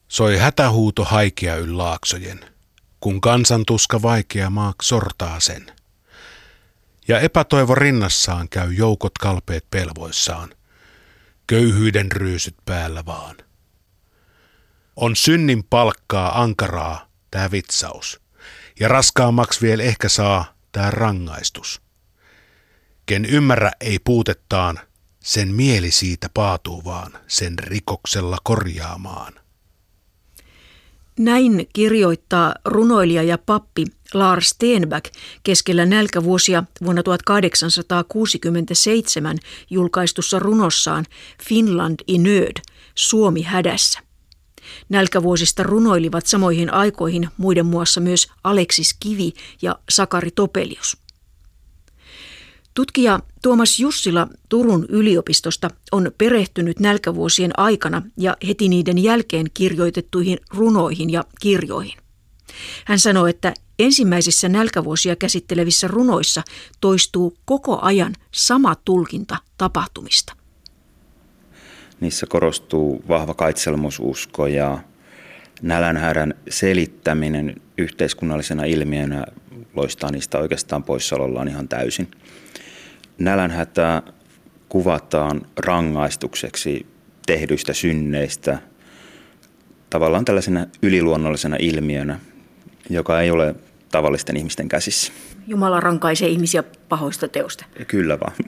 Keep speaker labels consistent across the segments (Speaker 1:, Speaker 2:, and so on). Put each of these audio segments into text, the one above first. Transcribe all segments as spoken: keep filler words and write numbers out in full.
Speaker 1: Soi hätähuuto haikea yl laaksojen, kun kansan tuska vaikea maak sortaa sen. Ja epätoivo rinnassaan käy joukot kalpeet pelvoissaan, köyhyyden ryysyt päällä vaan. On synnin palkkaa ankaraa tää vitsaus, ja raskaammaksi vielä ehkä saa tää rangaistus. Ken ymmärrä ei puutettaan, sen mieli siitä paatuu vaan sen rikoksella korjaamaan.
Speaker 2: Näin kirjoittaa runoilija ja pappi Lars Stenback keskellä nälkävuosia vuonna tuhatkahdeksansataakuusikymmentäseitsemän julkaistussa runossaan Finland i nöd, Suomi hädässä. Nälkävuosista runoilivat samoihin aikoihin muiden muassa myös Aleksis Kivi ja Sakari Topelius. Tutkija Tuomas Jussila Turun yliopistosta on perehtynyt nälkävuosien aikana ja heti niiden jälkeen kirjoitettuihin runoihin ja kirjoihin. Hän sanoo, että ensimmäisissä nälkävuosia käsittelevissä runoissa toistuu koko ajan sama tulkinta tapahtumista.
Speaker 3: Niissä korostuu vahva kaitselmususko ja nälänhädän selittäminen yhteiskunnallisena ilmiönä loistaa niistä oikeastaan poissaolollaan ihan täysin. Nälänhätä kuvataan rangaistukseksi tehdyistä synneistä tavallaan tällaisena yliluonnollisena ilmiönä, joka ei ole tavallisten ihmisten käsissä.
Speaker 2: Jumala rankaisee ihmisiä pahoista teosta.
Speaker 3: Kyllä vaan.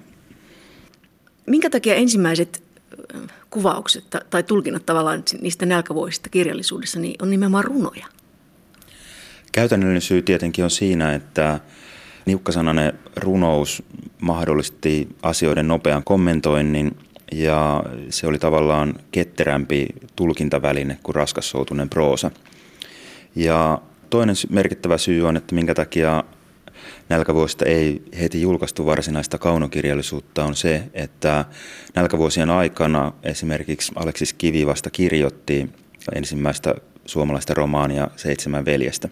Speaker 2: Minkä takia ensimmäiset kuvaukset tai tulkinnat tavallaan niistä nälkävuosista kirjallisuudessa niin on nimenomaan runoja?
Speaker 3: Käytännöllinen syy tietenkin on siinä, että niukkasanainen runous mahdollisti asioiden nopean kommentoinnin ja se oli tavallaan ketterämpi tulkintaväline kuin raskassoutuinen proosa. Ja toinen merkittävä syy on, että minkä takia nälkävuosista ei heti julkaistu varsinaista kaunokirjallisuutta on se, että nälkävuosien aikana esimerkiksi Aleksis Kivi vasta kirjoitti ensimmäistä suomalaista romaania Seitsemän veljestä.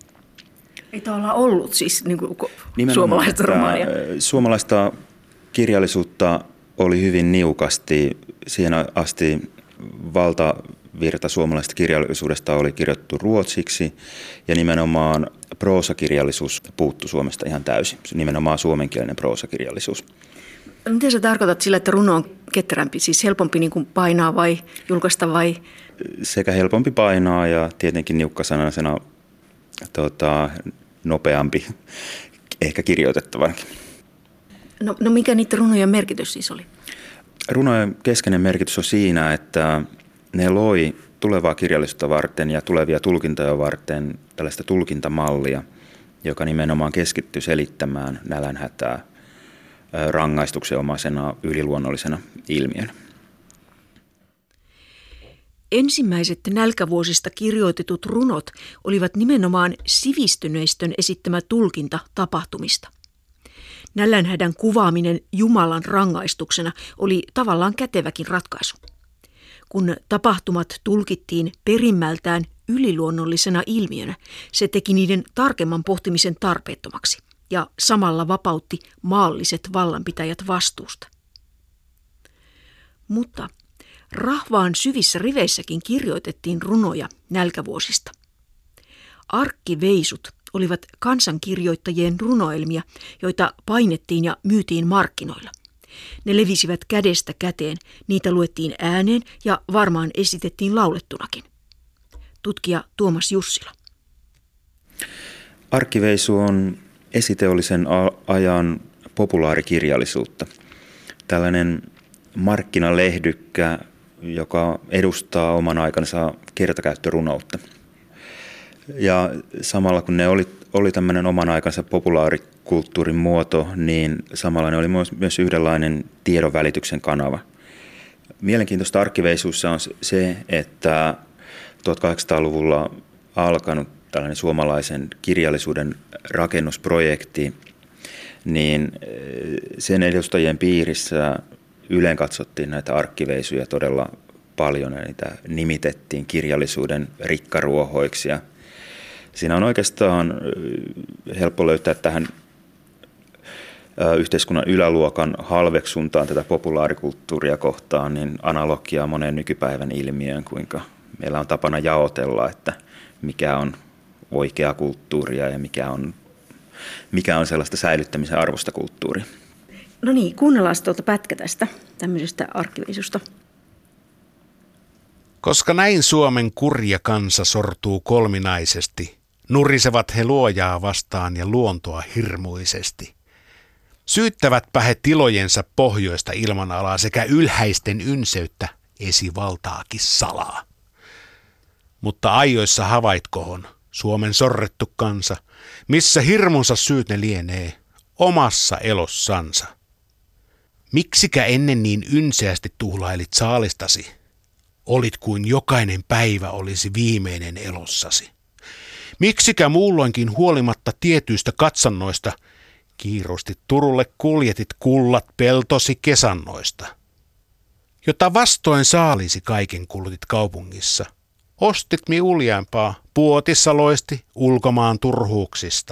Speaker 2: Ei tavallaan ollut siis niin kuin suomalaista romaania.
Speaker 3: Suomalaista kirjallisuutta oli hyvin niukasti. Siihen asti valtavirta suomalaisesta kirjallisuudesta oli kirjoitettu ruotsiksi ja nimenomaan proosakirjallisuus puuttui Suomesta ihan täysin. Nimenomaan suomenkielinen proosakirjallisuus.
Speaker 2: Miten sä tarkoitat sillä, että runo on ketterämpi, siis helpompi niin kuin painaa vai julkaista vai?
Speaker 3: Sekä helpompi painaa ja tietenkin niukkasanaisena tota, nopeampi, ehkä kirjoitettavankin.
Speaker 2: No, no mikä niiden runojen merkitys siis oli?
Speaker 3: Runojen keskeinen merkitys on siinä, että ne loi tulevaa kirjallisuutta varten ja tulevia tulkintoja varten tällaista tulkintamallia, joka nimenomaan keskittyy selittämään nälänhätää rangaistuksenomaisena yliluonnollisena ilmiönä.
Speaker 2: Ensimmäiset nälkävuosista kirjoitetut runot olivat nimenomaan sivistyneistön esittämä tulkinta tapahtumista. Nälänhädän kuvaaminen Jumalan rangaistuksena oli tavallaan käteväkin ratkaisu. Kun tapahtumat tulkittiin perimmältään yliluonnollisena ilmiönä, se teki niiden tarkemman pohtimisen tarpeettomaksi ja samalla vapautti maalliset vallanpitäjät vastuusta. Mutta rahvaan syvissä riveissäkin kirjoitettiin runoja nälkävuosista. Arkkiveisut olivat kansankirjoittajien runoelmia, joita painettiin ja myytiin markkinoilla. Ne levisivät kädestä käteen, niitä luettiin ääneen ja varmaan esitettiin laulettunakin. Tutkija Tuomas Jussila.
Speaker 3: Arkkiveisu on esiteollisen ajan populaarikirjallisuutta. Tällainen markkinalehdykkä, joka edustaa oman aikansa kertakäyttörunoutta. Ja samalla kun ne oli, oli tämmöinen oman aikansa populaarikulttuurin muoto, niin samalla ne oli myös yhdenlainen tiedonvälityksen kanava. Mielenkiintoista arkkiveisuussa on se, että tuhatkahdeksansataaluvulla alkanut tällainen suomalaisen kirjallisuuden rakennusprojekti, niin sen edustajien piirissä yleen katsottiin näitä arkkiveisuja todella paljon ja niitä nimitettiin kirjallisuuden rikkaruohoiksi. Ja siinä on oikeastaan helppo löytää tähän yhteiskunnan yläluokan halveksuntaan tätä populaarikulttuuria kohtaan niin analogiaa moneen nykypäivän ilmiöön, kuinka meillä on tapana jaotella, että mikä on oikeaa kulttuuria ja mikä on, mikä on sellaista säilyttämisen arvosta kulttuuria.
Speaker 2: No niin, kuunnellaan tuolta pätkä tästä tämmöisestä arkkiveisusta.
Speaker 1: Koska näin Suomen kurja kansa sortuu kolminaisesti, nurisevat he luojaa vastaan ja luontoa hirmuisesti. Syyttävätpä he tilojensa pohjoista ilmanalaa sekä ylhäisten ynseyttä esivaltaakin salaa. Mutta ajoissa havaitkohon Suomen sorrettu kansa, missä hirmunsa syyt ne lienee, omassa elossansa. Miksikä ennen niin ynseästi tuhlailit saalistasi? Olit kuin jokainen päivä olisi viimeinen elossasi. Miksikä muulloinkin huolimatta tietyistä katsannoista kiirusti Turulle kuljetit kullat peltosi kesannoista, jota vastoin saalisi kaiken kulutit kaupungissa. Ostit mi uljempaa, puotissa loisti ulkomaan turhuuksista.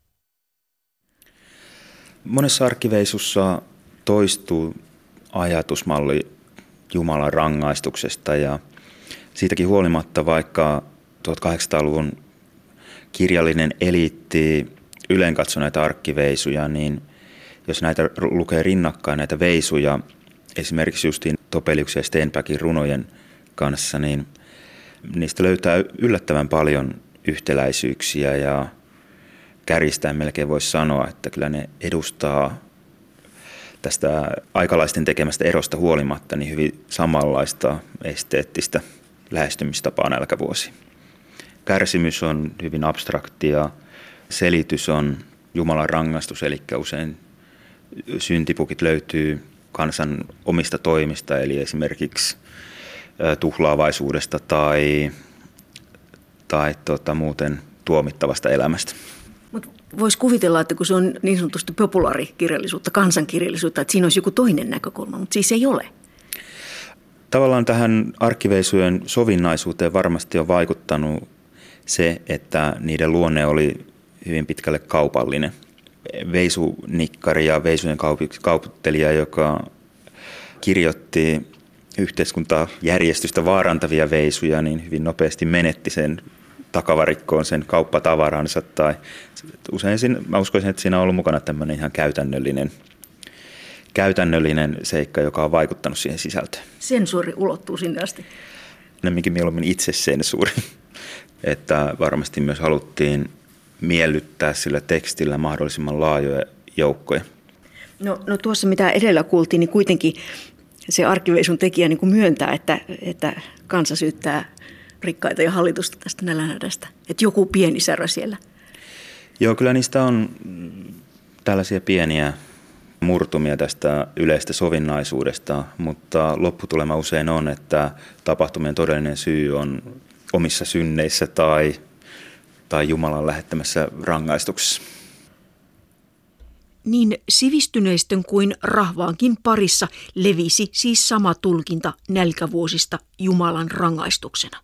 Speaker 3: Monessa arkkiveisussa toistuu ajatusmalli Jumalan rangaistuksesta ja siitäkin huolimatta, vaikka tuhatkahdeksansataaluvun kirjallinen eliitti ylenkatso näitä arkkiveisuja, niin jos näitä lukee rinnakkain näitä veisuja, esimerkiksi justiin Topeliuksen ja Stenbackin runojen kanssa, niin niistä löytää yllättävän paljon yhtäläisyyksiä ja kärjistäen melkein voisi sanoa, että kyllä ne edustaa tästä aikalaisten tekemästä erosta huolimatta niin hyvin samanlaista esteettistä lähestymistapaa nälkävuosiin. Kärsimys on hyvin abstraktia, selitys on Jumalan rangaistus, eli usein syntipukit löytyy kansan omista toimista, eli esimerkiksi tuhlaavaisuudesta tai, tai tota, muuten tuomittavasta elämästä.
Speaker 2: Mutta voisi kuvitella, että kun se on niin sanotusti populaarikirjallisuutta, kansankirjallisuutta, että siinä olisi joku toinen näkökulma, mutta siis ei ole.
Speaker 3: Tavallaan tähän arkkiveisujen sovinnaisuuteen varmasti on vaikuttanut se, että niiden luonne oli hyvin pitkälle kaupallinen. Veisunikkari ja veisujen kaupittelija, joka kirjoitti yhteiskuntajärjestystä vaarantavia veisuja, niin hyvin nopeasti menetti sen takavarikkoon sen kauppatavaransa. Tai usein siinä, mä uskoisin, että siinä on ollut mukana tämmöinen ihan käytännöllinen, käytännöllinen seikka, joka on vaikuttanut siihen sisältöön.
Speaker 2: Sensuuri ulottuu sinne asti.
Speaker 3: Ennemminkin mieluummin itse sensuuri. Että varmasti myös haluttiin miellyttää sillä tekstillä mahdollisimman laajoja joukkoja.
Speaker 2: No, no tuossa mitä edellä kuultiin, niin kuitenkin se arkkiveisun tekijä niin kuin myöntää, että, että kansa syyttää rikkaita ja hallitusta tästä nälänhädästä. Että joku pieni särö siellä.
Speaker 3: Joo, kyllä niistä on tällaisia pieniä murtumia tästä yleistä sovinnaisuudesta, mutta lopputulema usein on, että tapahtumien todellinen syy on omissa synneissä tai, tai Jumalan lähettämässä rangaistuksessa.
Speaker 2: Niin sivistyneistön kuin rahvaankin parissa levisi siis sama tulkinta nälkävuosista Jumalan rangaistuksena.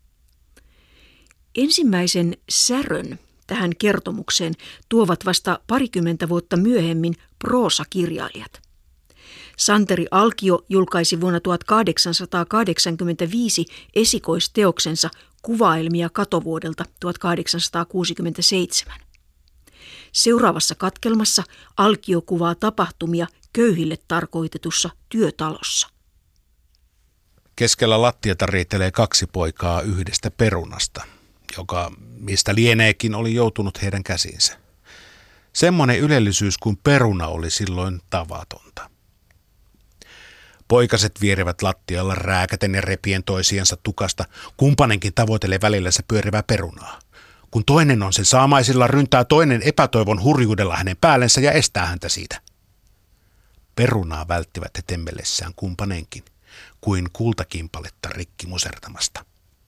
Speaker 2: Ensimmäisen särön tähän kertomukseen tuovat vasta parikymmentä vuotta myöhemmin proosakirjailijat. Santeri Alkio julkaisi vuonna tuhatkahdeksansataakahdeksankymmentäviisi esikoisteoksensa Kuvaelmia katovuodelta tuhatkahdeksansataakuusikymmentäseitsemän. Seuraavassa katkelmassa Alkio kuvaa tapahtumia köyhille tarkoitetussa työtalossa.
Speaker 1: Keskellä lattiata riitelee kaksi poikaa yhdestä perunasta, joka mistä lieneekin oli joutunut heidän käsiinsä. Semmoinen ylellisyys kuin peruna oli silloin tavatonta. Poikaset vierivät lattialla rääkäten ja repien toisiansa tukasta, kumpanenkin tavoitelee välillänsä pyörivää perunaa. Kun toinen on sen saamaisilla, ryntää toinen epätoivon hurjuudella hänen päällensä ja estää häntä siitä. Perunaa välttivät he temmellessään kumpanenkin, kuin kultakimpaletta rikki musertamasta.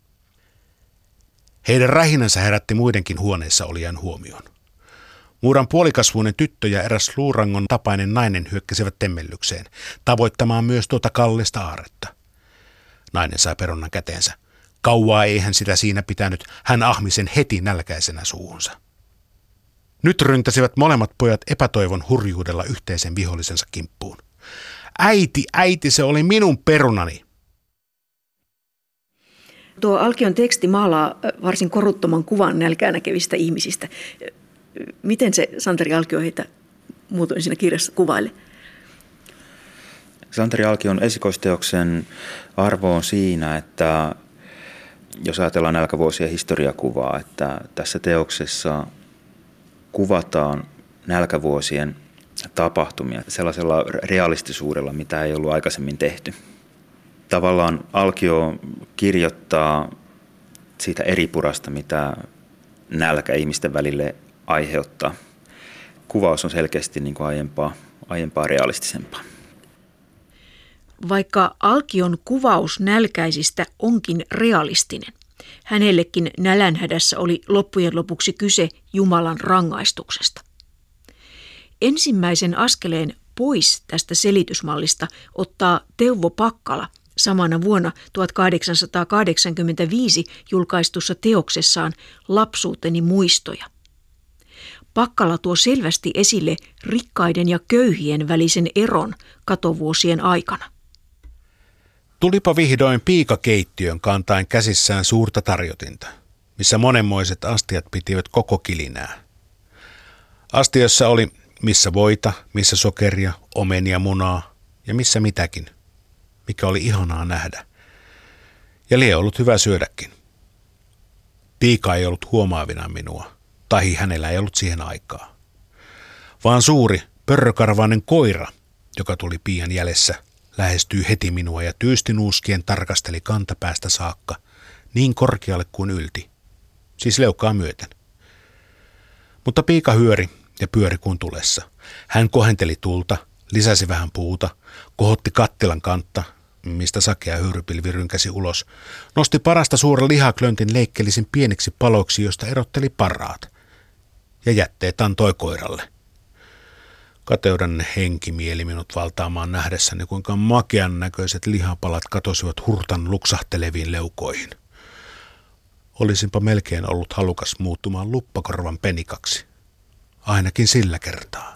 Speaker 1: Heidän rähinänsä herätti muidenkin huoneessa olijan huomioon. Muuran puolikasvuinen tyttö ja eräs luurangon tapainen nainen hyökkäsivät temmellykseen, tavoittamaan myös tuota kallista aarretta. Nainen sai perunan käteensä. Kauaa ei hän sitä siinä pitänyt, hän ahmi sen heti nälkäisenä suuhunsa. Nyt ryntäsivät molemmat pojat epätoivon hurjuudella yhteisen vihollisensa kimppuun. Äiti, äiti, se oli minun perunani!
Speaker 2: Tuo Alkion teksti maalaa varsin koruttoman kuvan nälkää näkevistä ihmisistä. Miten se Santeri Alkio heitä muutoin siinä kirjassa kuvaili?
Speaker 3: Santeri Alkion esikoisteoksen arvo on siinä, että jos ajatellaan nälkävuosien historiakuvaa, että tässä teoksessa kuvataan nälkävuosien tapahtumia sellaisella realistisuudella, mitä ei ollut aikaisemmin tehty. Tavallaan Alkio kirjoittaa siitä eripurasta, mitä nälkä ihmisten välille aiheuttaa. Kuvaus on selkeästi niin kuin aiempaa, aiempaa realistisempaa.
Speaker 2: Vaikka Alkion kuvaus nälkäisistä onkin realistinen, hänellekin nälänhädässä oli loppujen lopuksi kyse Jumalan rangaistuksesta. Ensimmäisen askeleen pois tästä selitysmallista ottaa Teuvo Pakkala samana vuonna tuhatkahdeksansataakahdeksankymmentäviisi julkaistussa teoksessaan Lapsuuteni muistoja. Pakkala tuo selvästi esille rikkaiden ja köyhien välisen eron katovuosien aikana.
Speaker 1: Tulipa vihdoin piikakeittiön kantaen käsissään suurta tarjotinta, missä monenmoiset astiat pitivät koko kilinää. Astiossa oli missä voita, missä sokeria, omenia, munaa ja missä mitäkin, mikä oli ihanaa nähdä. Ja lie ollut hyvä syödäkin. Piika ei ollut huomaavina minua, tai hänellä ei ollut siihen aikaa. Vaan suuri, pörrökarvainen koira, joka tuli pian jäljessä, lähestyi heti minua ja tyystinuuskien tarkasteli kantapäästä saakka niin korkealle kuin ylti, siis leukaa myöten. Mutta piika hyöri ja pyöri kuin tulessa. Hän kohenteli tulta, lisäsi vähän puuta, kohotti kattilan kantta, mistä sakea höyrypilvi rynkäsi ulos, nosti parasta suuren lihaklöntin leikkelisin pieniksi paloiksi, josta erotteli parhaat, ja jätteet antoi koiralle. Kateuden henki mieli minut valtaamaan nähdessäni, kuinka makean näköiset lihapalat katosivat hurtan luksahteleviin leukoihin. Olisinpa melkein ollut halukas muuttumaan luppakorvan penikaksi. Ainakin sillä kertaa.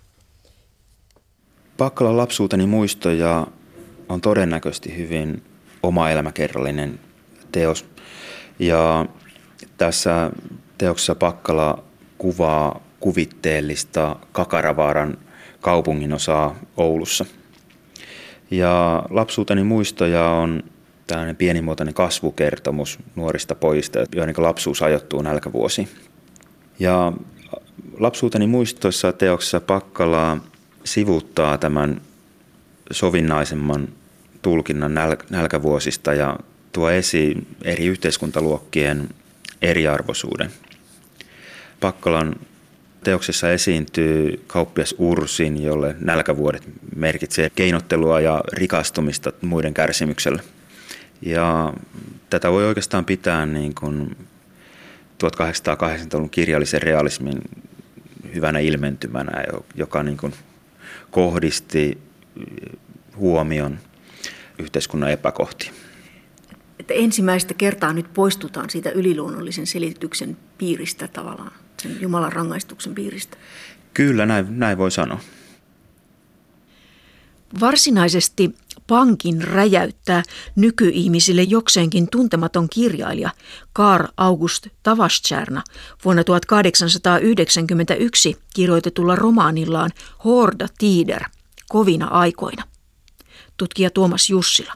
Speaker 3: Pakkalan Lapsuuteni muistoja on todennäköisesti hyvin oma elämäkerrallinen teos. Ja tässä teoksessa Pakkala kuvaa kuvitteellista Kakaravaaran kaupunginosaa Oulussa. Ja Lapsuuteni muistoja on tällainen pienimuotoinen kasvukertomus nuorista pojista, joiden lapsuus ajoittuu nälkävuosiin. Ja Lapsuuteni muistoissa teoksessa Pakkala sivuuttaa tämän sovinnaisemman tulkinnan näl- nälkävuosista ja tuo esiin eri yhteiskuntaluokkien eriarvoisuuden. Pakkalan teoksessa esiintyy kauppias Ursin, jolle nälkävuodet merkitsee keinottelua ja rikastumista muiden kärsimyksellä. Ja tätä voi oikeastaan pitää niin kuin tuhatkahdeksansataakahdeksankymmentäluvun kirjallisen realismin hyvänä ilmentymänä, joka niin kuin kohdisti huomion yhteiskunnan epäkohtiin.
Speaker 2: Että ensimmäistä kertaa nyt poistutaan siitä yliluonnollisen selityksen piiristä tavallaan, sen Jumalan rangaistuksen piiristä.
Speaker 3: Kyllä, näin, näin voi sanoa.
Speaker 2: Varsinaisesti pankin räjäyttää nykyihmisille jokseenkin tuntematon kirjailija Carl August Tavastjärna vuonna tuhatkahdeksansataayhdeksänkymmentäyksi kirjoitetulla romaanillaan Hårda tider, kovina aikoina. Tutkija Tuomas Jussila.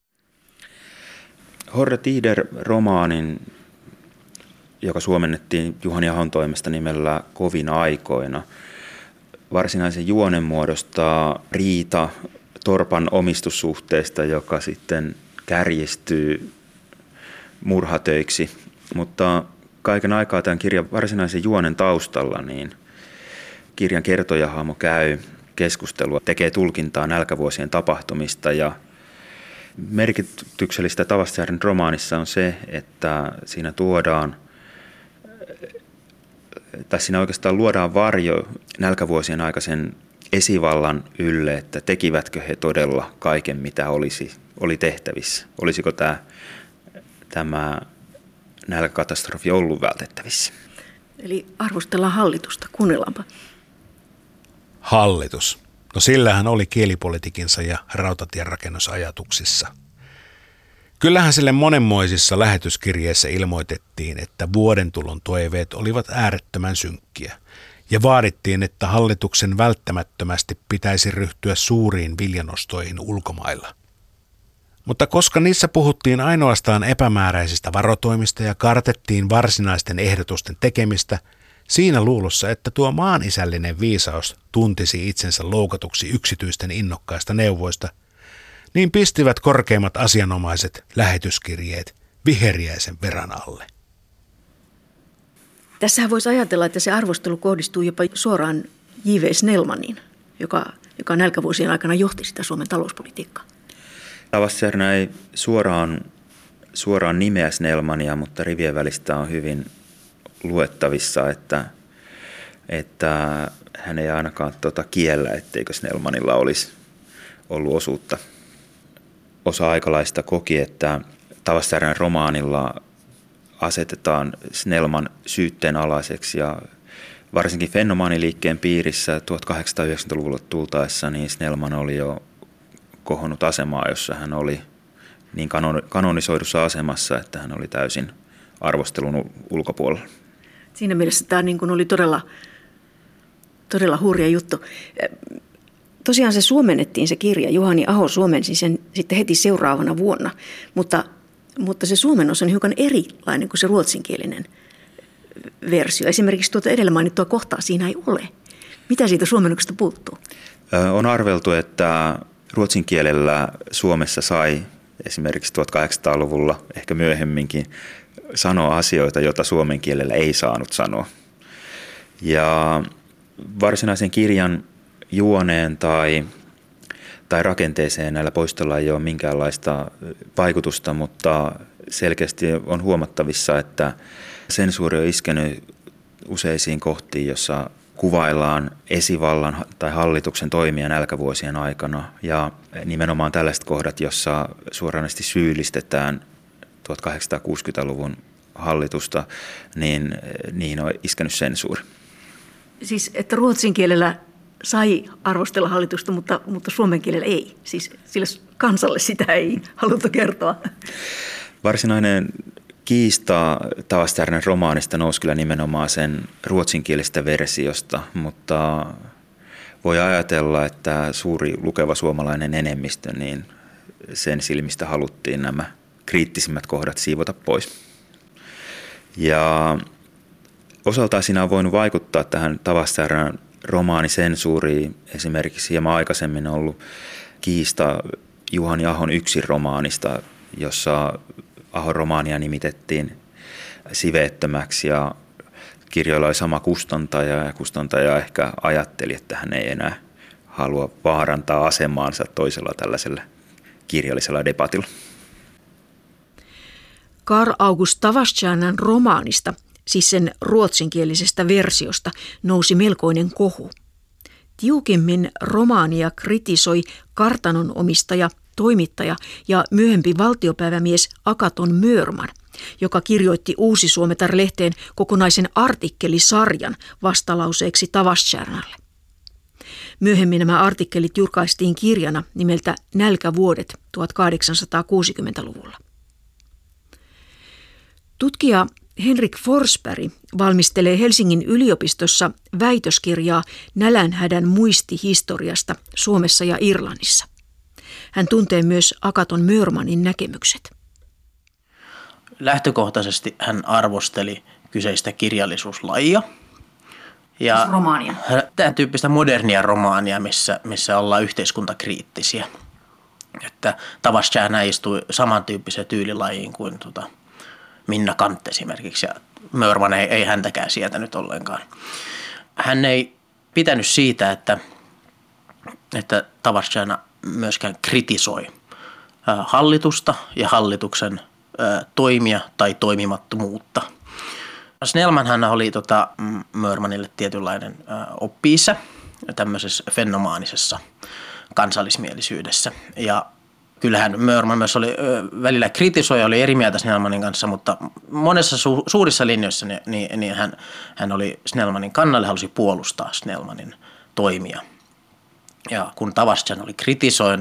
Speaker 3: Hårda tider-romaanin, joka suomennettiin Juhani Ahon toimesta nimellä Kovina aikoina, varsinaisen juonen muodostaa riita torpan omistussuhteesta, joka sitten kärjistyy murhatöiksi. Mutta kaiken aikaa tämän kirjan varsinaisen juonen taustalla niin kirjan kertojahahmo käy keskustelua, tekee tulkintaa nälkävuosien tapahtumista ja merkityksellistä Tavastjärnen romaanissa on se, että siinä tuodaan tai siinä oikeastaan luodaan varjo nälkävuosien aikaisen esivallan ylle, että tekivätkö he todella kaiken, mitä olisi, oli tehtävissä. Olisiko tämä, tämä nälkäkatastrofi ollut vältettävissä?
Speaker 2: Eli arvostellaan hallitusta. Kuunnellaanpa.
Speaker 1: Hallitus. No sillähän oli kielipolitiikinsa ja rautatien rakennusajatuksissa. Kyllähän sille monenmoisissa lähetyskirjeissä ilmoitettiin, että vuodentulon toiveet olivat äärettömän synkkiä ja vaadittiin, että hallituksen välttämättömästi pitäisi ryhtyä suuriin viljanostoihin ulkomailla. Mutta koska niissä puhuttiin ainoastaan epämääräisistä varotoimista ja kartettiin varsinaisten ehdotusten tekemistä, siinä luulossa, että tuo maanisällinen viisaus tuntisi itsensä loukatuksi yksityisten innokkaista neuvoista, niin pistivät korkeimmat asianomaiset lähetyskirjeet viheriäisen verran alle.
Speaker 2: Tässähän voisi ajatella, että se arvostelu kohdistuu jopa suoraan J V Snellmaniin, joka, joka nälkävuosien aikana johti sitä Suomen talouspolitiikkaa.
Speaker 3: Tavastjärnä ei suoraan, suoraan nimeä Snellmania, mutta rivien välistä on hyvin luettavissa, että, että hän ei ainakaan tuota kiellä, etteikö Snellmanilla olisi ollut osuutta. Osa aikalaista koki, että Tavastjärven romaanilla asetetaan Snellman syytteen alaiseksi ja varsinkin fenomaaniliikkeen piirissä tuhatkahdeksansataayhdeksänkymmentäluvulle tultaessa niin Snellman oli jo kohonnut asemaa, jossa hän oli niin kanonisoidussa asemassa, että hän oli täysin arvostelun ulkopuolella.
Speaker 2: Siinä mielessä tämä niin kuin oli todella, todella hurja juttu. Tosiaan se suomennettiin se kirja, Juhani Aho suomensi sen sitten heti seuraavana vuonna, mutta, mutta se suomennos on hiukan erilainen kuin se ruotsinkielinen versio. Esimerkiksi tuota edellä mainittua kohtaa siinä ei ole. Mitä siitä suomennoksesta puuttuu?
Speaker 3: On arveltu, että ruotsin kielellä Suomessa sai esimerkiksi tuhatkahdeksansataaluvulla, ehkä myöhemminkin, sanoa asioita, joita suomen kielellä ei saanut sanoa. Ja varsinaisen kirjan juoneen tai, tai rakenteeseen näillä poistolla ei ole minkäänlaista vaikutusta, mutta selkeästi on huomattavissa, että sensuuri on iskenyt useisiin kohtiin, jossa kuvaillaan esivallan tai hallituksen toimia nälkävuosien aikana ja nimenomaan tällaiset kohdat, jossa suoranaisesti syyllistetään tuhatkahdeksansataakuusikymmentäluvun hallitusta, niin niihin on iskenyt sensuuri.
Speaker 2: Siis että ruotsin kielellä sai arvostella hallitusta, mutta, mutta suomen kielellä ei. Siis sille kansalle sitä ei haluttu kertoa.
Speaker 3: Varsinainen kiista Tavastjärven romaanista nousi kyllä nimenomaan sen ruotsinkielisestä versiosta, mutta voi ajatella, että suuri lukeva suomalainen enemmistö, niin sen silmistä haluttiin nämä kriittisimmät kohdat siivota pois. Ja osaltaan siinä on voinut vaikuttaa tähän Tavastjärven romaanisensuuriin. Esimerkiksi hieman aikaisemmin on ollut kiista Juhani Ahon Yksin romaanista, jossa Ahon romaania nimitettiin siveettömäksi ja kirjoilla oli sama kustantaja ja kustantaja ehkä ajatteli, että hän ei enää halua vaarantaa asemaansa toisella tällaisella kirjallisella debatilla.
Speaker 2: Carl August Tavastjärnen romaanista, siis sen ruotsinkielisestä versiosta, nousi melkoinen kohu. Tiukemmin romaania kritisoi kartanon omistaja, toimittaja ja myöhempi valtiopäivämies Agaton Mörman, joka kirjoitti Uusi-Suometar-lehteen kokonaisen artikkelisarjan vastalauseeksi Tavastjärnälle. Myöhemmin nämä artikkelit julkaistiin kirjana nimeltä Nälkävuodet tuhatkahdeksansataakuusikymmentäluvulla. Tutkija Henrik Forsberg valmistelee Helsingin yliopistossa väitöskirjaa nälänhädän muistihistoriasta Suomessa ja Irlannissa. Hän tuntee myös Agaton Mörmanin näkemykset.
Speaker 4: Lähtökohtaisesti hän arvosteli kyseistä kirjallisuuslajia. Ja
Speaker 2: siis romaania.
Speaker 4: Tämän tyyppistä modernia romaania, missä, missä ollaan yhteiskuntakriittisiä. Että Tavastjärnä istui samantyyppiseen tyylilajiin kuin tuota Minna Kant esimerkiksi, ja Mörman ei, ei häntäkään sietänyt ollenkaan. Hän ei pitänyt siitä, että, että Tavastjärnä myöskään kritisoi hallitusta ja hallituksen toimia tai toimimattomuutta. Snellman hän oli tota, Mörmanille tietynlainen oppi-isä tämmöisessä fenomaanisessa kansallismielisyydessä. Ja kyllähän Mörman myös oli välillä kritisoi ja oli eri mieltä Snellmanin kanssa, mutta monessa su- suurissa linjoissa niin, niin, niin hän, hän oli Snellmanin kannalle, halusi puolustaa Snellmanin toimia. Ja kun Tavastjärn oli kritisoinut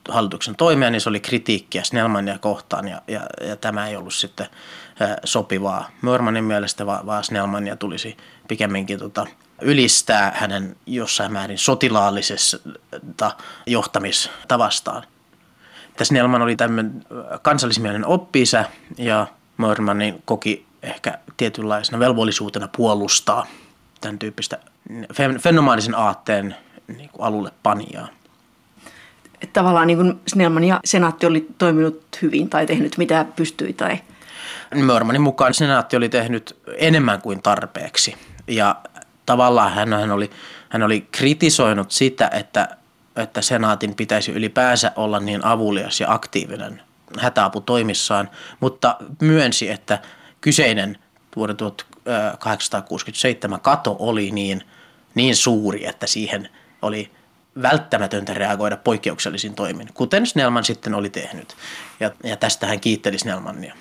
Speaker 4: hallituksen toimia, niin se oli kritiikkiä Snellmania kohtaan ja, ja, ja tämä ei ollut sitten sopivaa Mörmanin mielestä, vaan, vaan Snellmania tulisi pikemminkin tota, ylistää hänen jossain määrin sotilaallisesta johtamistavastaan. Snellman oli tämmöinen kansallismielinen oppi-isä ja Mörmanin koki ehkä tietynlaisena velvollisuutena puolustaa tämän tyyppistä fenomenaalisen aatteen niin kuin alulle panijaa.
Speaker 2: Tavallaan niin kuin Snellman ja senaatti oli toiminut hyvin tai tehnyt mitä pystyi tai...
Speaker 4: Mörmanin mukaan senaatti oli tehnyt enemmän kuin tarpeeksi ja tavallaan hän, hän, oli, hän oli kritisoinut sitä, että, että senaatin pitäisi ylipäänsä olla niin avulias ja aktiivinen hätäaputoimissaan, mutta myönsi, että kyseinen vuoden tuhatkahdeksansataakuusikymmentäseitsemän kato oli niin, niin suuri, että siihen oli välttämätöntä reagoida poikkeuksellisiin toimiin, kuten Snellman sitten oli tehnyt. Ja, ja tästä hän kiitteli Snellmania.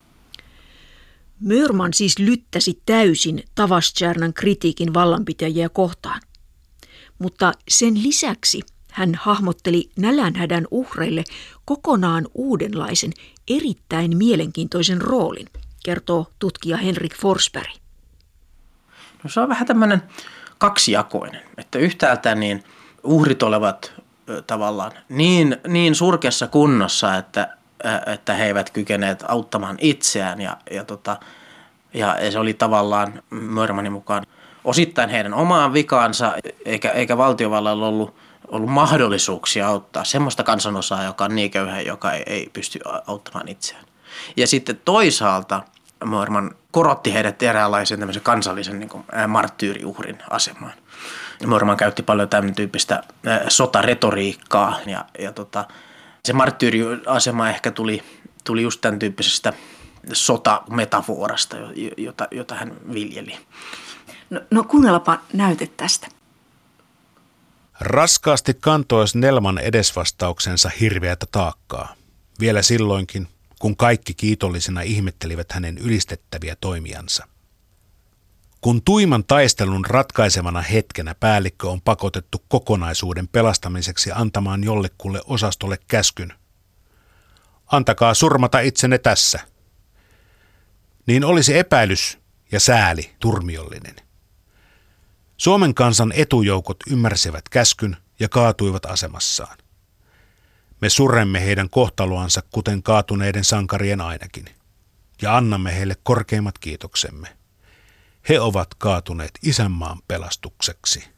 Speaker 2: Mörman siis lyttäsi täysin Tavastjärnan kritiikin vallanpitäjiä kohtaan. Mutta sen lisäksi hän hahmotteli nälänhädän uhreille kokonaan uudenlaisen, erittäin mielenkiintoisen roolin, kertoo tutkija Henrik Forsberg.
Speaker 4: No se on vähän tämmöinen kaksijakoinen, että yhtäältä niin uhrit olevat ö, tavallaan niin, niin surkeassa kunnossa, että, ö, että he eivät kykeneet auttamaan itseään ja, ja, tota, ja se oli tavallaan Mörmanin mukaan osittain heidän omaan vikaansa, eikä, eikä valtiovallalla ollut, ollut mahdollisuuksia auttaa semmoista kansanosaa, joka on niin köyhä, joka ei, ei pysty auttamaan itseään. Ja sitten toisaalta Mörman korotti heidät eräänlaisen tämmöisen kansallisen niin kuin, marttyyriuhrin asemaan. Mörman käytti paljon tämän tyyppistä sotaretoriikkaa ja, ja tota, se marttyyriasema ehkä tuli, tuli just tämän tyyppisestä sotametaforasta, jota, jota hän viljeli.
Speaker 2: No, no kuunnellapa näyte tästä.
Speaker 1: Raskaasti kantoi Snellman edesvastauksensa hirveätä taakkaa. Vielä silloinkin, kun kaikki kiitollisina ihmettelivät hänen ylistettäviä toimiansa. Kun tuiman taistelun ratkaisevana hetkenä päällikkö on pakotettu kokonaisuuden pelastamiseksi antamaan jollekulle osastolle käskyn, antakaa surmata itsenne tässä, niin olisi epäilys ja sääli turmiollinen. Suomen kansan etujoukot ymmärsivät käskyn ja kaatuivat asemassaan. Me suremme heidän kohtaloansa kuten kaatuneiden sankarien ainakin, ja annamme heille korkeimmat kiitoksemme. He ovat kaatuneet isänmaan pelastukseksi.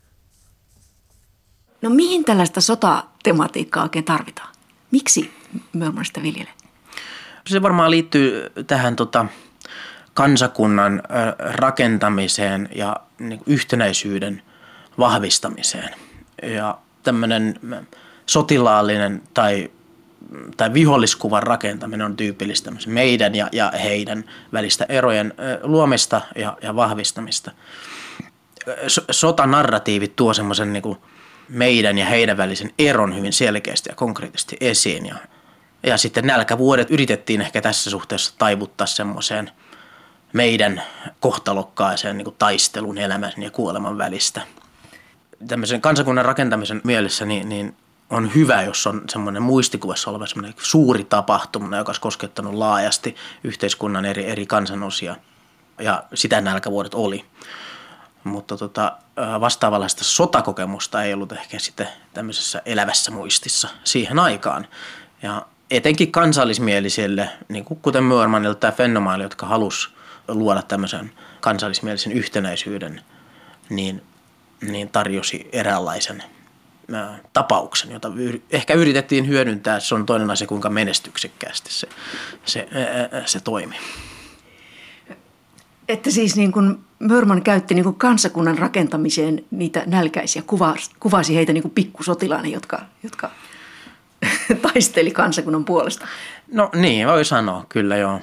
Speaker 2: No mihin tällaista sotatematiikkaa oikein tarvitaan? Miksi Mörman sitä viljelee?
Speaker 4: Se varmaan liittyy tähän tota, kansakunnan ö, rakentamiseen ja niin, yhtenäisyyden vahvistamiseen. Ja tämmöinen sotilaallinen tai, tai viholliskuvan rakentaminen on tyypillistä meidän ja, ja heidän välistä erojen luomista ja, ja vahvistamista. Sotanarratiivit tuo semmoisen niin kuin meidän ja heidän välisen eron hyvin selkeästi ja konkreettisesti esiin. Ja, ja sitten nälkävuodet yritettiin ehkä tässä suhteessa taivuttaa semmoiseen meidän kohtalokkaaseen niin kuin taistelun elämän ja kuoleman välistä. Tämmöisen kansakunnan rakentamisen mielessä niin, niin on hyvä, jos on semmoinen muistikuvassa oleva semmoinen suuri tapahtuma, joka olisi koskettanut laajasti yhteiskunnan eri, eri kansanosia. Ja sitä nälkävuodet oli. Mutta tota, vastaavanlaista sotakokemusta ei ollut ehkä sitten tämmöisessä elävässä muistissa siihen aikaan. Ja etenkin kansallismielisille, niin kuin kuten Mörmanilla tai Fennomaille, jotka halusi luoda tämmöisen kansallismielisen yhtenäisyyden, niin, niin tarjosi eräänlaisen ää, tapauksen, jota ehkä yritettiin hyödyntää. Se on toinen asia, kuinka menestyksekkäästi se, se, ää, se toimi.
Speaker 2: Että siis niin kuin Mörman käytti niin kuin kansakunnan rakentamiseen niitä nälkäisiä, kuvasi, kuvasi heitä niin kuin pikkusotilaana, jotka, jotka taisteli kansakunnan puolesta.
Speaker 4: No niin, voi sanoa, kyllä joo.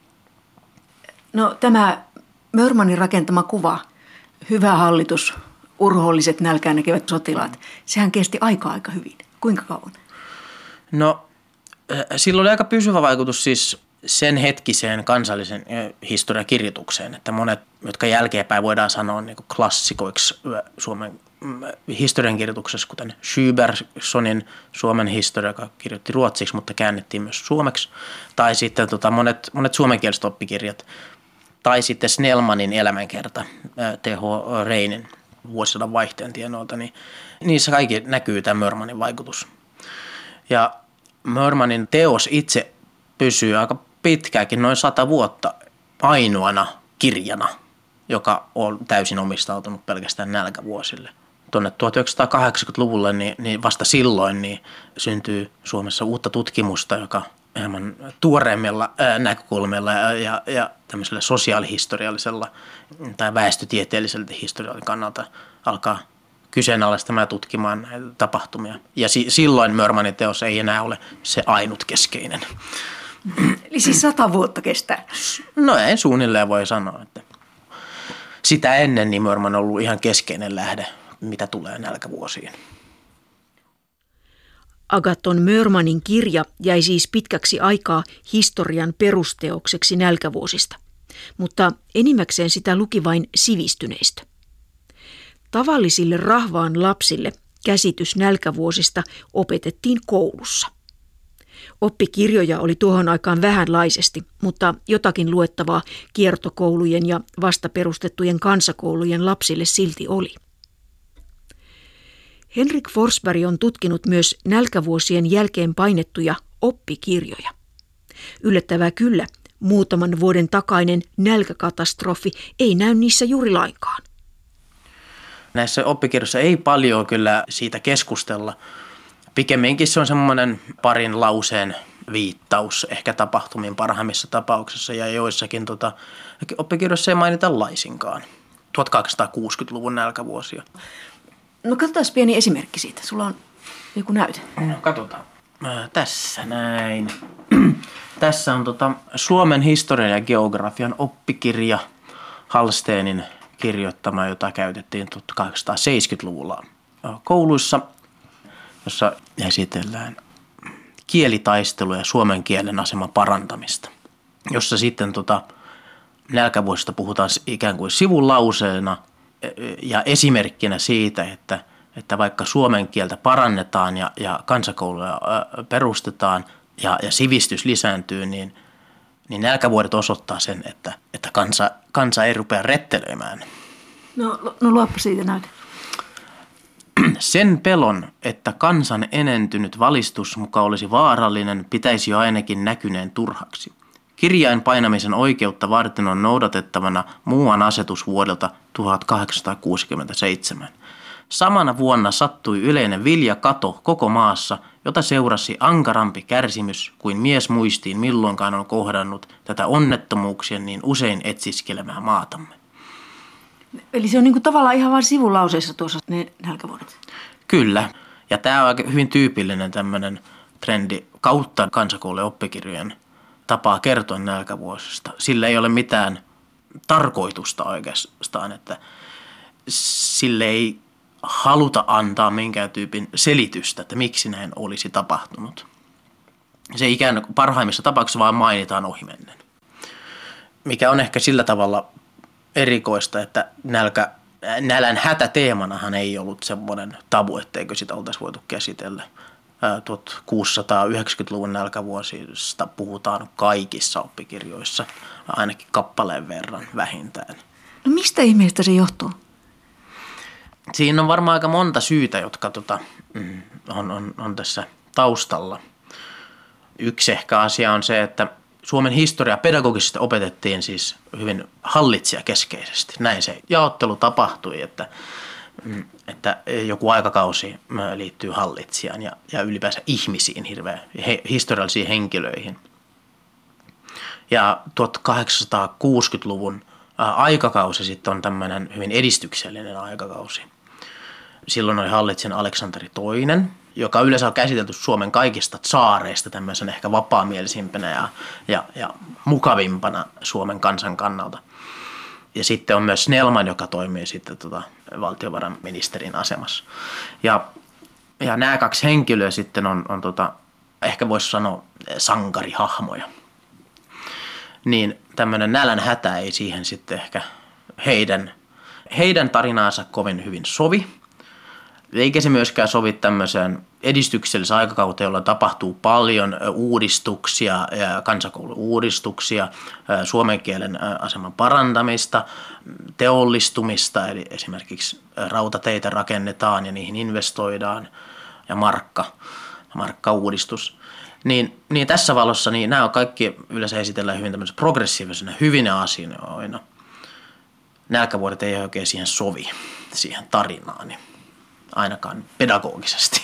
Speaker 2: No tämä Mörmanin rakentama kuva, hyvä hallitus, urhoolliset nälkään näkevät sotilaat, sehän kesti aikaa aika hyvin. Kuinka kauan?
Speaker 4: No sillä oli aika pysyvä vaikutus siis sen hetkiseen kansallisen historian kirjoitukseen, että monet, jotka jälkeenpäin voidaan sanoa niin kuin klassikoiksi Suomen historiankirjoituksessa, kuten Schubersonin Suomen historia, joka kirjoitti ruotsiksi, mutta käännettiin myös suomeksi, tai sitten tota, monet, monet suomenkieliset oppikirjat, tai sitten Snellmanin elämänkerta, T H Reinin vuosisadan vaihteen tienoilta, niin niissä kaikki näkyy tämä Mörmanin vaikutus. Ja Mörmanin teos itse pysyy aika pitkääkin, noin sata vuotta, ainoana kirjana, joka on täysin omistautunut pelkästään nälkävuosille. Tuonne tuhatyhdeksänsataakahdeksankymmentäluvulle, niin, niin vasta silloin niin syntyy Suomessa uutta tutkimusta, joka hieman tuoreemmilla näkökulmilla ja, ja, ja tämmöisellä sosiaalihistoriallisella tai väestötieteellisellä historiallisella kannalta alkaa kyseenalaistamaan ja tutkimaan näitä tapahtumia. Ja si- silloin Mörmanin teos ei enää ole se ainut keskeinen.
Speaker 2: Eli siis sata vuotta kestää?
Speaker 4: No ei suunnilleen voi sanoa, että sitä ennen niin Mörman on ollut ihan keskeinen lähde, mitä tulee nälkävuosiin.
Speaker 2: Agaton Mörmanin kirja jäi siis pitkäksi aikaa historian perusteokseksi nälkävuosista, mutta enimmäkseen sitä luki vain sivistyneistö. Tavallisille rahvaan lapsille käsitys nälkävuosista opetettiin koulussa. Oppikirjoja oli tuohon aikaan vähänlaisesti, mutta jotakin luettavaa kiertokoulujen ja vasta perustettujen kansakoulujen lapsille silti oli. Henrik Forsberg on tutkinut myös nälkävuosien jälkeen painettuja oppikirjoja. Yllättävää kyllä, muutaman vuoden takainen nälkäkatastrofi ei näy niissä juuri lainkaan.
Speaker 4: Näissä oppikirjoissa ei paljon kyllä siitä keskustella. Pikemminkin se on semmoinen parin lauseen viittaus ehkä tapahtumiin parhaimmissa tapauksissa ja joissakin tota, oppikirjoissa ei mainita laisinkaan. tuhatkahdeksansataakuusikymmentäluvun nälkävuosia.
Speaker 2: No katsotaan pieni esimerkki siitä. Sulla on joku näyte.
Speaker 4: No katsotaan. Äh, tässä näin. Tässä on tota Suomen historian ja geografian oppikirja Hallsteinin kirjoittama, jota käytettiin tuhatkahdeksansataaseitsemänkymmentäluvulla kouluissa, jossa esitellään kielitaistelua ja suomen kielen aseman parantamista, jossa sitten tota, nälkävuosista puhutaan ikään kuin sivulauseena ja esimerkkinä siitä, että, että vaikka suomen kieltä parannetaan ja, ja kansakouluja perustetaan ja, ja sivistys lisääntyy, niin, niin nälkävuodet osoittaa sen, että, että kansa, kansa ei rupea rettelöimään.
Speaker 2: No, no luoppa siitä näytä.
Speaker 4: Sen pelon, että kansan enentynyt valistus muka olisi vaarallinen, pitäisi jo ainakin näkyneen turhaksi. Kirjain painamisen oikeutta varten on noudatettavana muuan asetus vuodelta tuhatkahdeksansataakuusikymmentäseitsemän. Samana vuonna sattui yleinen viljakato koko maassa, jota seurasi ankarampi kärsimys kuin mies muistiin milloinkaan on kohdannut tätä onnettomuuksien niin usein etsiskelemää maatamme.
Speaker 2: Eli se on niin kuin tavallaan ihan vain sivulauseissa tuossa ne nälkävuodet.
Speaker 4: Kyllä. Ja tämä on aika hyvin tyypillinen tämmöinen trendi kautta kansakoulujen oppikirjojen tapaa kertoa nälkävuosista. Sillä ei ole mitään tarkoitusta oikeastaan, että sille ei haluta antaa minkään tyypin selitystä, että miksi näin olisi tapahtunut. Se ikään kuin parhaimmissa tapauksissa vaan mainitaan ohimennen. Mikä on ehkä sillä tavalla erikoista, että nälkä, nälän hätäteemanahan ei ollut semmoinen tabu, etteikö sitä oltaisi voitu käsitellä. tuhatkuusisataayhdeksänkymmentäluvun nälkävuosista puhutaan kaikissa oppikirjoissa, ainakin kappaleen verran vähintään.
Speaker 2: No mistä ihmeestä se johtuu?
Speaker 4: Siinä on varmaan aika monta syytä, jotka tota, on, on, on tässä taustalla. Yksi ehkä asia on se, että Suomen historia pedagogisesti opetettiin siis hyvin hallitsijakeskeisesti. Näin se jaottelu tapahtui, että, että joku aikakausi liittyy hallitsijaan ja, ja ylipäänsä ihmisiin, hirveän he, historiallisiin henkilöihin. Ja tuhatkahdeksansataakuusikymmentäluvun aikakausi sitten on tämmöinen hyvin edistyksellinen aikakausi. Silloin oli hallitsijan Aleksanteri toinen, joka yleensä on käsitelty Suomen kaikista tsaareista tämmöisen ehkä vapaamielisimpänä ja, ja, ja mukavimpana Suomen kansan kannalta. Ja sitten on myös Snellman, joka toimii sitten tota valtiovarainministerin asemassa. Ja, ja nämä kaksi henkilöä sitten on, on tota, ehkä voisi sanoa sankarihahmoja. niin tämmöinen nälänhätä ei siihen sitten ehkä heidän, heidän tarinaansa kovin hyvin sovi. Eikä se myöskään sovi tämmöiseen edistykselliseen aikakauteen, jolla tapahtuu paljon uudistuksia, kansakoulu-uudistuksia, suomen kielen aseman parantamista, teollistumista, eli esimerkiksi rautateitä rakennetaan ja niihin investoidaan, ja markka, markka-uudistus. Niin, niin tässä valossa niin nämä kaikki yleensä esitellään hyvin tämmöisenä progressiivisena, hyvinä asioina. Nälkävuodet ei oikein siihen sovi, siihen tarinaan. Ainakaan pedagogisesti.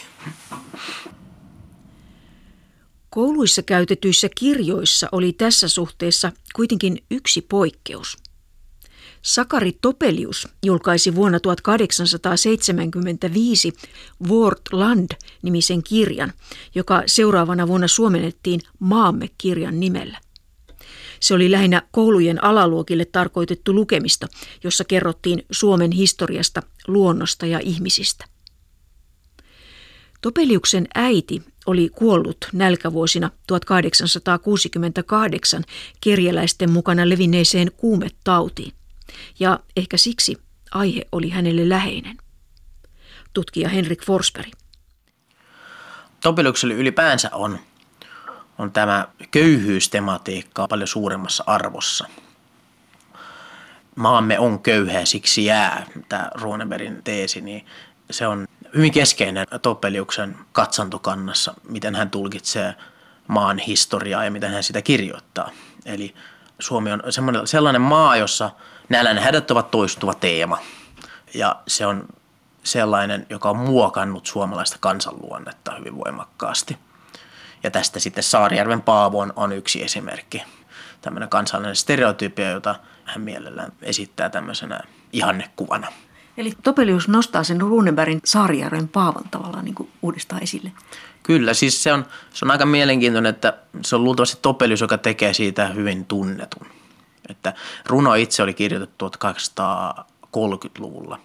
Speaker 2: Kouluissa käytetyissä kirjoissa oli tässä suhteessa kuitenkin yksi poikkeus. Sakari Topelius julkaisi vuonna tuhatkahdeksansataaseitsemänkymmentäviisi Vårt Land-nimisen kirjan, joka seuraavana vuonna suomennettiin Maamme-kirjan nimellä. Se oli lähinnä koulujen alaluokille tarkoitettu lukemista, jossa kerrottiin Suomen historiasta, luonnosta ja ihmisistä. Topeliuksen äiti oli kuollut nälkävuosina tuhatkahdeksansataakuusikymmentäkahdeksan kerjäläisten mukana levinneeseen kuumetautiin, ja ehkä siksi aihe oli hänelle läheinen. Tutkija Henrik Forsberg.
Speaker 4: Topeliukselle ylipäänsä on, on tämä köyhyystematiikka paljon suuremmassa arvossa. Maamme on köyhä, siksi jää, tämä Runebergin teesi, niin se on hyvin keskeinen Topeliuksen katsantokannassa, miten hän tulkitsee maan historiaa ja miten hän sitä kirjoittaa. Eli Suomi on sellainen maa, jossa nälänhädät ovat toistuva teema. Ja se on sellainen, joka on muokannut suomalaista kansanluonnetta hyvin voimakkaasti. Ja tästä sitten Saarijärven Paavo on, on yksi esimerkki. Tämmöinen kansallinen stereotypia, jota hän mielellään esittää tämmöisenä ihannekuvana.
Speaker 2: Eli Topelius nostaa sen Runebergin Saarijärven Paavon tavallaan niin kuin uudestaan esille.
Speaker 4: Kyllä, siis se on, se on aika mielenkiintoinen, että se on luultavasti Topelius, joka tekee siitä hyvin tunnetun. Että runo itse oli kirjoitettu tuhatkahdeksansataakolmekymmentäluvulla.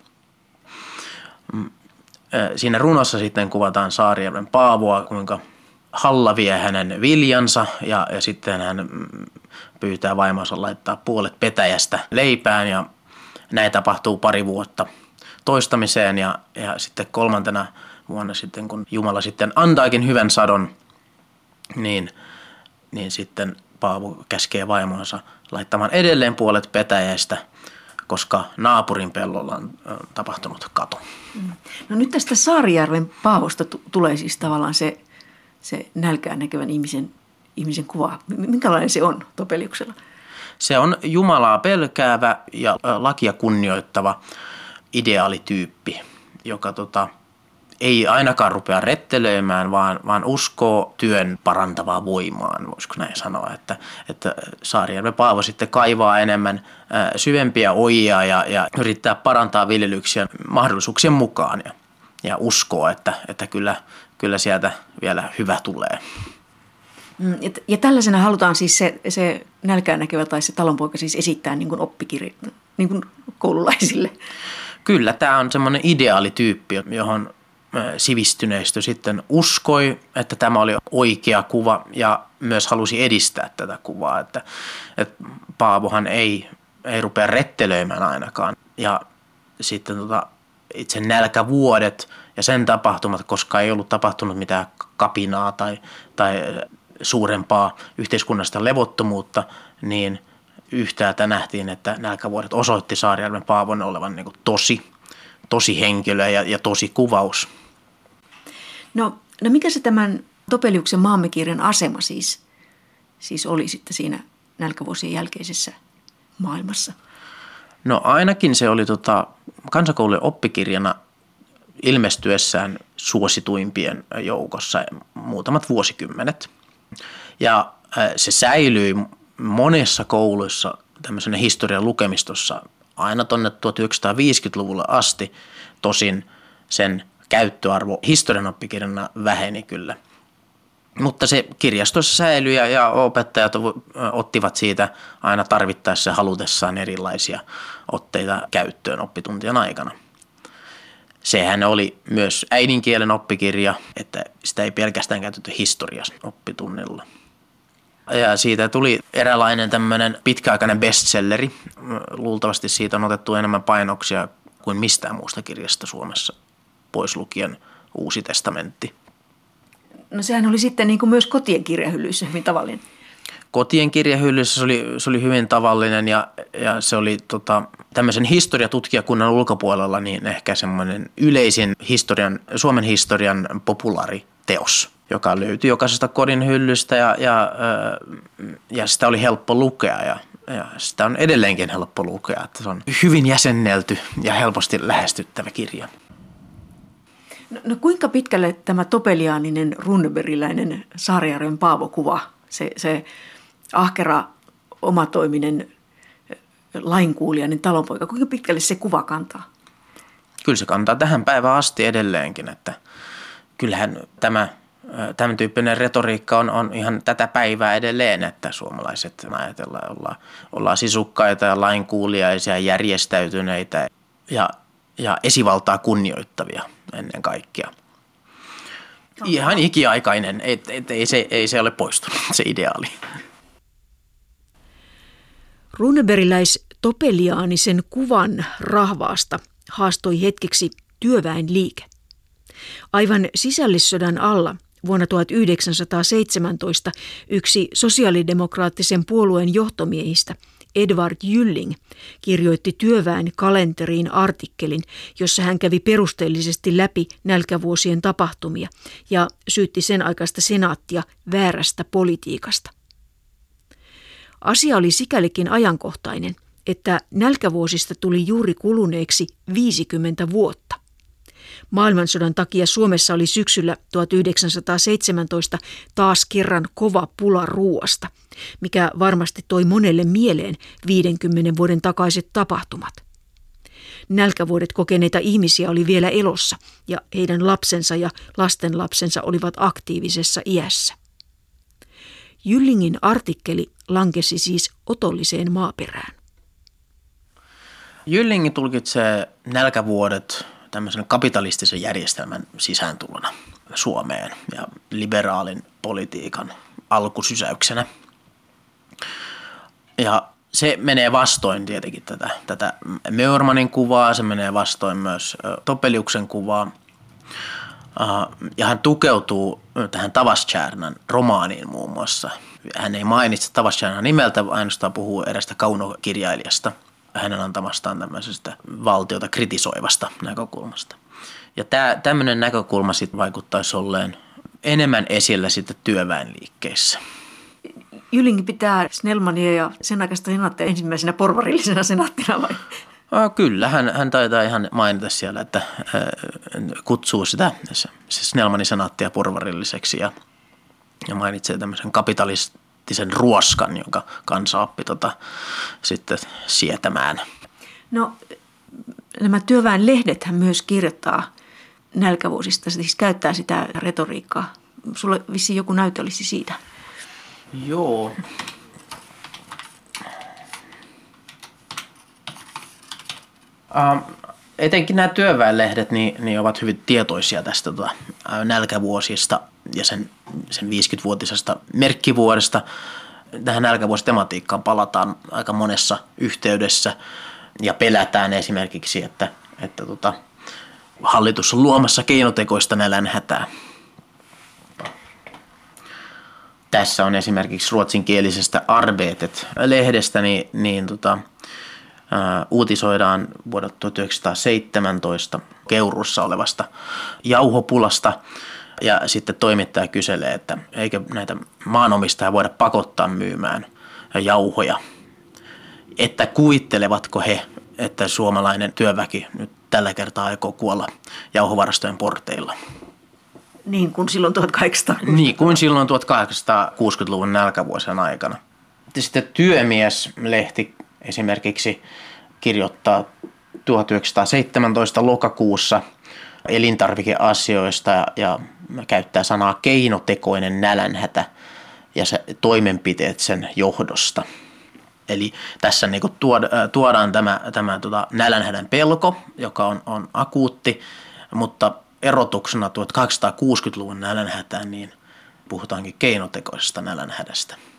Speaker 4: Siinä runossa sitten kuvataan Saarijärven Paavoa, kuinka Halla vie hänen viljansa ja, ja sitten hän pyytää vaimonsa laittaa puolet petäjästä leipään ja näin tapahtuu pari vuotta toistamiseen ja, ja sitten kolmantena vuonna sitten, kun Jumala sitten antaakin hyvän sadon, niin, niin sitten Paavo käskee vaimonsa laittamaan edelleen puolet petäjästä, koska naapurin pellolla on tapahtunut kato.
Speaker 2: No nyt tästä Saarijärven Paavosta t- tulee siis tavallaan se, se nälkään näkevän ihmisen, ihmisen kuva. Minkälainen se on Topeliuksella?
Speaker 4: Se on Jumalaa pelkäävä ja lakia kunnioittava ideaalityyppi, joka tota, ei ainakaan rupea rettelöimään, vaan, vaan uskoo työn parantavaa voimaan, voisiko näin sanoa. Että, että Saarijärven Paavo sitten kaivaa enemmän ää, syvempiä ojia ja, ja yrittää parantaa viljelyksiä mahdollisuuksien mukaan ja, ja uskoo, että, että kyllä, kyllä sieltä vielä hyvä tulee.
Speaker 2: Ja tällaisena halutaan siis se, se nälkään näkevä tai se talonpoika siis esittää niin kuin oppikirja, niin kuin koululaisille.
Speaker 4: Kyllä, tämä on semmoinen ideaalityyppi, johon sivistyneistö sitten uskoi, että tämä oli oikea kuva ja myös halusi edistää tätä kuvaa. Että, että Paavohan ei, ei rupea rettelöimään ainakaan. Ja sitten tota, itse nälkävuodet ja sen tapahtumat, koska ei ollut tapahtunut mitään kapinaa tai, tai suurempaa yhteiskunnallista levottomuutta, niin yhtäältä nähtiin, että nälkävuodet osoitti Saarijärven Paavon olevan niin kuin tosi, tosi henkilö ja, ja tosi kuvaus.
Speaker 2: No, no mikä se tämän Topeliuksen Maamme-kirjan asema siis, siis oli sitten siinä nälkävuosien jälkeisessä maailmassa?
Speaker 4: No ainakin se oli tota, kansakoulujen oppikirjana ilmestyessään suosituimpien joukossa muutamat vuosikymmenet. Ja se säilyi monessa kouluissa tämmöisenä historian lukemistossa aina tuonne tuhatyhdeksänsataaviisikymmentäluvulle asti. Tosin sen käyttöarvo historian oppikirjana väheni kyllä. Mutta se kirjastossa säilyi ja opettajat ottivat siitä aina tarvittaessa ja halutessaan erilaisia otteita käyttöön oppituntien aikana. Sehän oli myös äidinkielen oppikirja, että sitä ei pelkästään käytetty historiassa oppitunnilla. Ja siitä tuli eräänlainen tämmöinen pitkäaikainen bestselleri. Luultavasti siitä on otettu enemmän painoksia kuin mistään muusta kirjasta Suomessa, pois lukien Uusi testamentti.
Speaker 2: No sehän oli sitten niin kuin myös kotien kirjahyllyissä hyvin tavallinen.
Speaker 4: Kotien kirjahyllyissä se oli, se oli hyvin tavallinen ja, ja se oli tota, tämmöisen historiatutkijakunnan ulkopuolella niin ehkä semmoinen yleisin historian, Suomen historian populaariteos, joka löytyi jokaisesta kodin hyllystä ja, ja, ja sitä oli helppo lukea ja, ja sitä on edelleenkin helppo lukea. Että se on hyvin jäsennelty ja helposti lähestyttävä kirja.
Speaker 2: No, no kuinka pitkälle tämä topeliaaninen runebergiläinen Saarijärven Paavo-kuva, se, se ahkera, omatoiminen, lainkuulijainen talonpoika, kuinka pitkälle se kuva kantaa?
Speaker 4: Kyllä se kantaa tähän päivään asti edelleenkin, että kyllähän tämä tämän tyyppinen retoriikka on, on ihan tätä päivää edelleen, että suomalaiset ajatellaan, ollaan, ollaan sisukkaita ja lainkuuliaisia, järjestäytyneitä ja, ja esivaltaa kunnioittavia ennen kaikkea. Ihan ikiaikainen, et, et, ei, se, ei se ole poistunut se ideaali.
Speaker 2: Runebergiläis-topeliaanisen kuvan rahvaasta haastoi hetkeksi työväenliike. Aivan sisällissodan alla vuonna tuhatyhdeksänsataaseitsemäntoista yksi sosiaalidemokraattisen puolueen johtomiehistä, Edvard Gylling, kirjoitti työväen kalenteriin artikkelin, jossa hän kävi perusteellisesti läpi nälkävuosien tapahtumia ja syytti sen aikaista senaattia väärästä politiikasta. Asia oli sikälikin ajankohtainen, että nälkävuosista tuli juuri kuluneeksi viisikymmentä vuotta. Maailmansodan takia Suomessa oli syksyllä tuhatyhdeksänsataaseitsemäntoista taas kerran kova pula ruuasta, mikä varmasti toi monelle mieleen viidenkymmenen vuoden takaiset tapahtumat. Nälkävuodet kokeneita ihmisiä oli vielä elossa ja heidän lapsensa ja lastenlapsensa olivat aktiivisessa iässä. Gyllingin artikkeli lankesi siis otolliseen maaperään.
Speaker 4: Gylling tulkitsee nälkävuodet tämmöisen kapitalistisen järjestelmän sisääntulona Suomeen ja liberaalin politiikan alkusysäyksenä. Ja se menee vastoin tietenkin tätä, tätä Mörmanin kuvaa, se menee vastoin myös Topeliuksen kuvaa. Ja hän tukeutuu tähän Tavastjärnan romaaniin muun muassa. Hän ei mainitse Tavastjärnan nimeltä, vaan ainoastaan puhuu erästä kaunokirjailijasta hänen antamastaan tämmöisestä valtiota kritisoivasta näkökulmasta. Ja tämä, tämmöinen näkökulma sitten vaikuttaisi olleen enemmän esillä sitten työväenliikkeissä.
Speaker 2: Gylling pitää Snellmania ja sen aikaista senaattia ensimmäisenä porvarillisena senaattina vai?
Speaker 4: Oh, kyllä, hän, hän taitaa ihan mainita siellä, että äh, kutsuu sitä se, se Snellmanin senaattia porvarilliseksi ja, ja mainitsee tämmöisen kapitalistisen ruoskan, jonka kansa oppi tota, sitten sietämään. No
Speaker 2: nämä työväenlehdethän myös kirjoittaa nälkävuosista, siis käyttää sitä retoriikkaa. Sulla vissiin joku näytö olisi siitä.
Speaker 4: Joo. Uh, etenkin nämä työväenlehdet niin, niin ovat hyvin tietoisia tästä tota, nälkävuosista ja sen, sen viisikymmenvuotisesta merkkivuodesta. Tähän nälkävuositematiikkaan palataan aika monessa yhteydessä ja pelätään esimerkiksi, että, että tota, hallitus on luomassa keinotekoista nälänhätää. Tässä on esimerkiksi ruotsinkielisestä Arbetet-lehdestä, niin, niin tota, ää, uutisoidaan vuodelta tuhatyhdeksänsataaseitsemäntoista Keuruussa olevasta jauhopulasta. Ja sitten toimittaja kyselee, että eikö näitä maanomistajia voida pakottaa myymään jauhoja. Että kuvittelevatko he, että suomalainen työväki nyt tällä kertaa aikoo kuolla jauhovarastojen porteilla.
Speaker 2: Niin kuin silloin tuhatkahdeksansataakuusikymmentä.
Speaker 4: Niin kuin silloin tuhatkahdeksansataakuusikymmentäluvun nälkävuosien aikana. Sitten Työmies-lehti esimerkiksi kirjoittaa tuhatyhdeksänsataaseitsemäntoista lokakuussa elintarvikeasioista ja, ja käyttää sanaa keinotekoinen nälänhätä ja se toimenpiteet sen johdosta. Eli tässä niin kuin tuodaan tämä, tämä tota, nälänhädän pelko, joka on, on akuutti, mutta erotuksena tuhatkahdeksansataakuusikymmentäluvun nälänhätään niin puhutaankin keinotekoisesta nälänhädästä.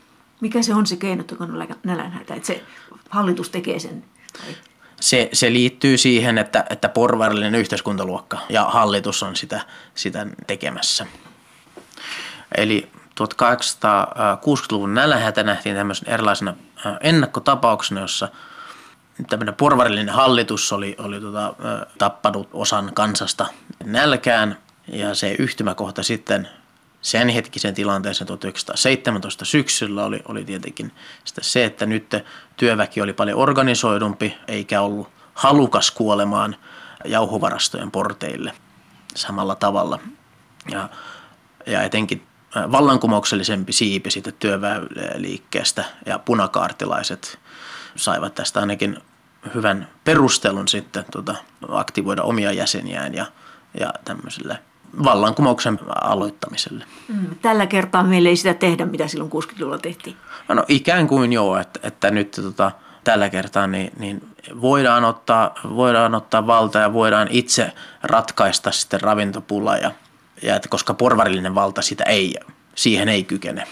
Speaker 2: Mikä se on se keinotekoinen nälänhätä, että se hallitus tekee sen?
Speaker 4: Se, se liittyy siihen, että, että porvarillinen yhteiskuntaluokka ja hallitus on sitä, sitä tekemässä. Eli tuhatkahdeksansataakuusikymmentäluvun nälänhätä nähtiin tämmöisenä erilaisena ennakkotapauksena, jossa tämmöinen porvarillinen hallitus oli, oli tota, tappanut osan kansasta nälkään, ja se yhtymäkohta sitten sen hetkisen tilanteeseen tuhatyhdeksänsataaseitsemäntoista syksyllä oli, oli tietenkin se, että nyt työväki oli paljon organisoidumpi eikä ollut halukas kuolemaan jauhovarastojen porteille samalla tavalla. Ja, ja etenkin vallankumouksellisempi siipi siitä työväenliikkeestä ja punakaartilaiset saivat tästä ainakin hyvän perustelun sitten tuota, aktivoida omia jäseniään ja, ja tämmöiselle vallankumouksen aloittamiselle.
Speaker 2: Mm, tällä kertaa meillä ei sitä tehdä, mitä silloin kuusikymmentäluvulla tehtiin.
Speaker 4: No ikään kuin joo, että, että nyt tota, tällä kertaa niin, niin voidaan, ottaa, voidaan ottaa valta ja voidaan itse ratkaista sitten ravintopula, ja, ja että koska porvarillinen valta sitä ei, siihen ei kykene.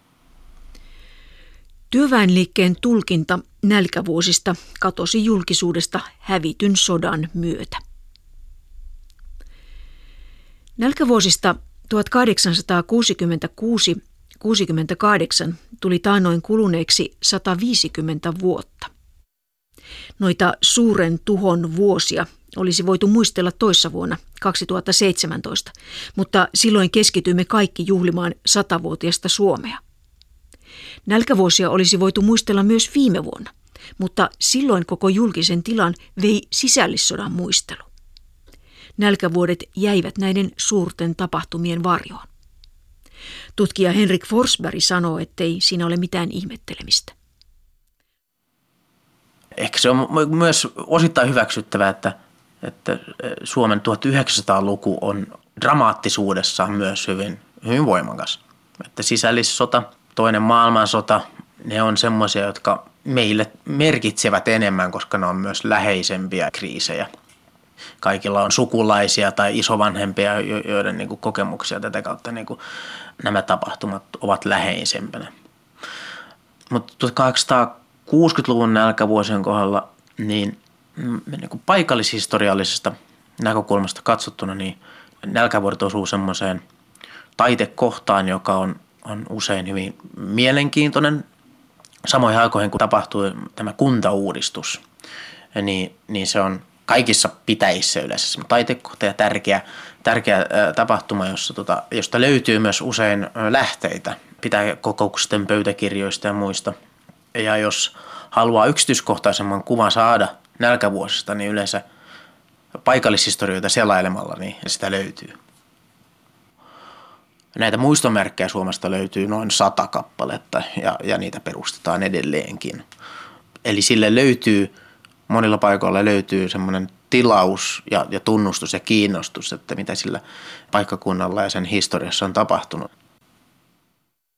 Speaker 2: Työväenliikkeen tulkinta nälkävuosista katosi julkisuudesta hävityn sodan myötä. Nälkävuosista tuhatkahdeksansataakuusikymmentäkuusi kuusikymmentäkahdeksan tuli taannoin kuluneeksi sata viisikymmentä vuotta. Noita suuren tuhon vuosia olisi voitu muistella toissa vuonna kaksituhattaseitsemäntoista, mutta silloin keskityimme kaikki juhlimaan satavuotiasta Suomea. Nälkävuosia olisi voitu muistella myös viime vuonna, mutta silloin koko julkisen tilan vei sisällissodan muistelu. Nälkävuodet jäivät näiden suurten tapahtumien varjoon. Tutkija Henrik Forsberg sanoo, ettei siinä ole mitään ihmettelemistä.
Speaker 4: Ehkä se on myös osittain hyväksyttävää, että, että Suomen tuhatyhdeksänsataaluku on dramaattisuudessaan myös hyvin, hyvin voimakas. Että sisällissota, toinen maailmansota, ne on semmoisia, jotka meille merkitsevät enemmän, koska ne on myös läheisempiä kriisejä. Kaikilla on sukulaisia tai isovanhempia, joiden niin kuin kokemuksia tätä kautta niin kuin nämä tapahtumat ovat läheisempänä. Mutta tuhatkahdeksansataakuusikymmentäluvun nälkävuosien kohdalla niin, niin kuin paikallishistoriallisesta näkökulmasta katsottuna niin nälkävuodet osuu semmoiseen taitekohtaan, joka on, on usein hyvin mielenkiintoinen. Samoihin aikoihin, kun tapahtui tämä kuntauudistus, niin, niin se on kaikissa pitäjissä yleensä taitekohta ja tärkeä, tärkeä tapahtuma, jossa, tota, josta löytyy myös usein lähteitä pitäjäkokousten pöytäkirjoista ja muista. Ja jos haluaa yksityiskohtaisemman kuvan saada nälkävuosista, niin yleensä paikallishistorioita selailemalla niin sitä löytyy. Näitä muistomerkkejä Suomesta löytyy noin sata kappaletta ja, ja niitä perustetaan edelleenkin. Eli sille löytyy monilla paikoilla löytyy semmoinen tilaus ja, ja tunnustus ja kiinnostus, että mitä sillä paikkakunnalla ja sen historiassa on tapahtunut.